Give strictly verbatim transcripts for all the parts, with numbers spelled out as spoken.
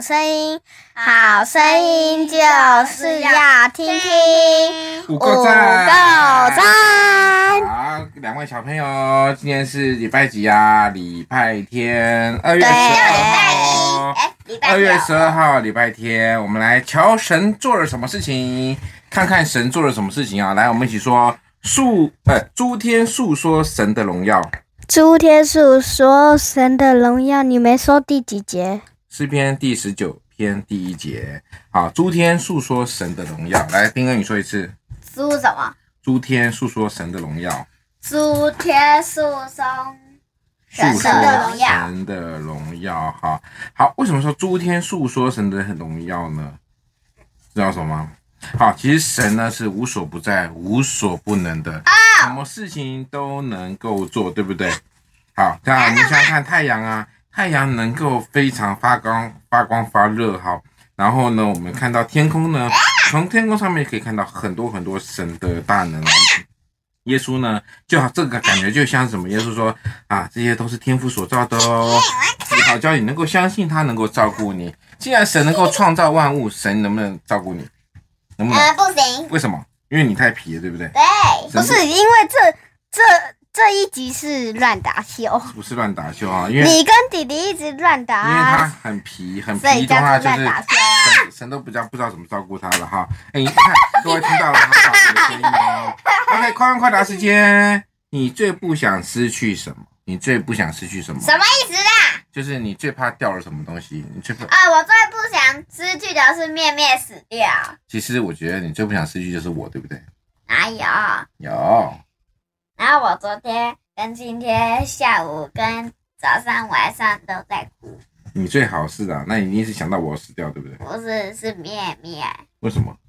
声音，好声音就是要听听。 五个赞， 赞。 好，两位小朋友，今天是礼拜几啊？礼拜天，二月十二号。二月十二号，礼拜天，我们来瞧神做了什么事情，看看神做了什么事情啊！来，我们一起说述，呃，诸天述说神的荣耀。 诸天述说神的荣耀，你没说第几节？ 诗篇第十九篇第一节。好，诸天述说神的荣耀。来，丁哥你说一次。 述什么？ 诸天述说神的荣耀。 诸天述说神的荣耀。 神的荣耀。好，好，为什么说诸天述说神的荣耀呢？知道什么吗？好，其实神呢是无所不在、无所不能的，什么事情都能够做，对不对？好，这样我们想想看太阳啊，太阳能够非常发光、发光发热，好，然后呢，我们看到天空呢，从天空上面可以看到很多很多神的大能。耶稣呢，就好这个感觉就像什么？耶稣说啊，这些都是天父所造的哦，好叫你能够相信他能够照顾你。既然神能够创造万物，神能不能照顾你？能不能？ 呃，不行。 为什么？因为你太皮了，对不对？ 对， 不是因为这这这一集是乱打秀， 不是乱打秀啊，因为你跟弟弟一直乱打、啊， 因为他很皮，很皮的话就是神神都不知道不知道怎么照顾他了哈。哎，你看各位听到了他打嗝的声音哦。OK， 快问快答时间，你最不想失去什么？你最不想失去什么？ 什么意思啦？ 就是你最怕掉了什么东西？你最怕啊，我最不想失去的是面面死掉。 其实我觉得你最不想失去就是我，对不对？ 哪有？ 有。 然后我昨天跟今天下午跟早上晚上都在哭。 你最好是啊，那你一定是想到我死掉，对不对？ 不是，是面面。 为什么？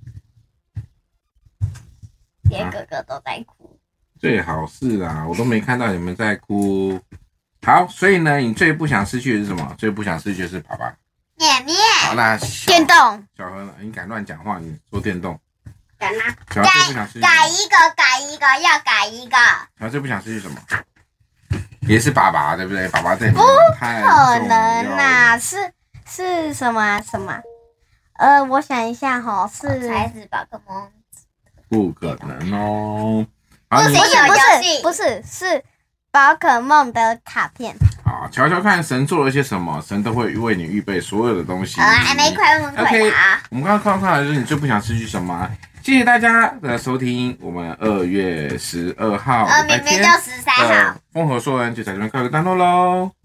连哥哥都在哭。 最好是啊，我都没看到你们在哭。好，所以呢，你最不想失去的是什么？最不想失去的是爸爸。 面面。 好，那电动。 小何呢？你敢乱讲话？你说电动。 改吗？ 小何最不想失去。 改一个，改一个，要改一个。 小何最不想失去什么？也是爸爸，对不对？爸爸这不可能啊，是是什么、啊、什么？呃，我想一下哈，是孩子宝可梦。 不可能哦。 不是，不是， 不是，是宝可梦的卡片。 好，瞧瞧看神做了些什么，神都会为你预备所有的东西。 好，还没快问快答。 OK， 我们刚刚看看的就是你最不想失去什么？谢谢大家的收听，我们二月十二号呃，明明就十三号， 风和说人就在这边告一个段落喽。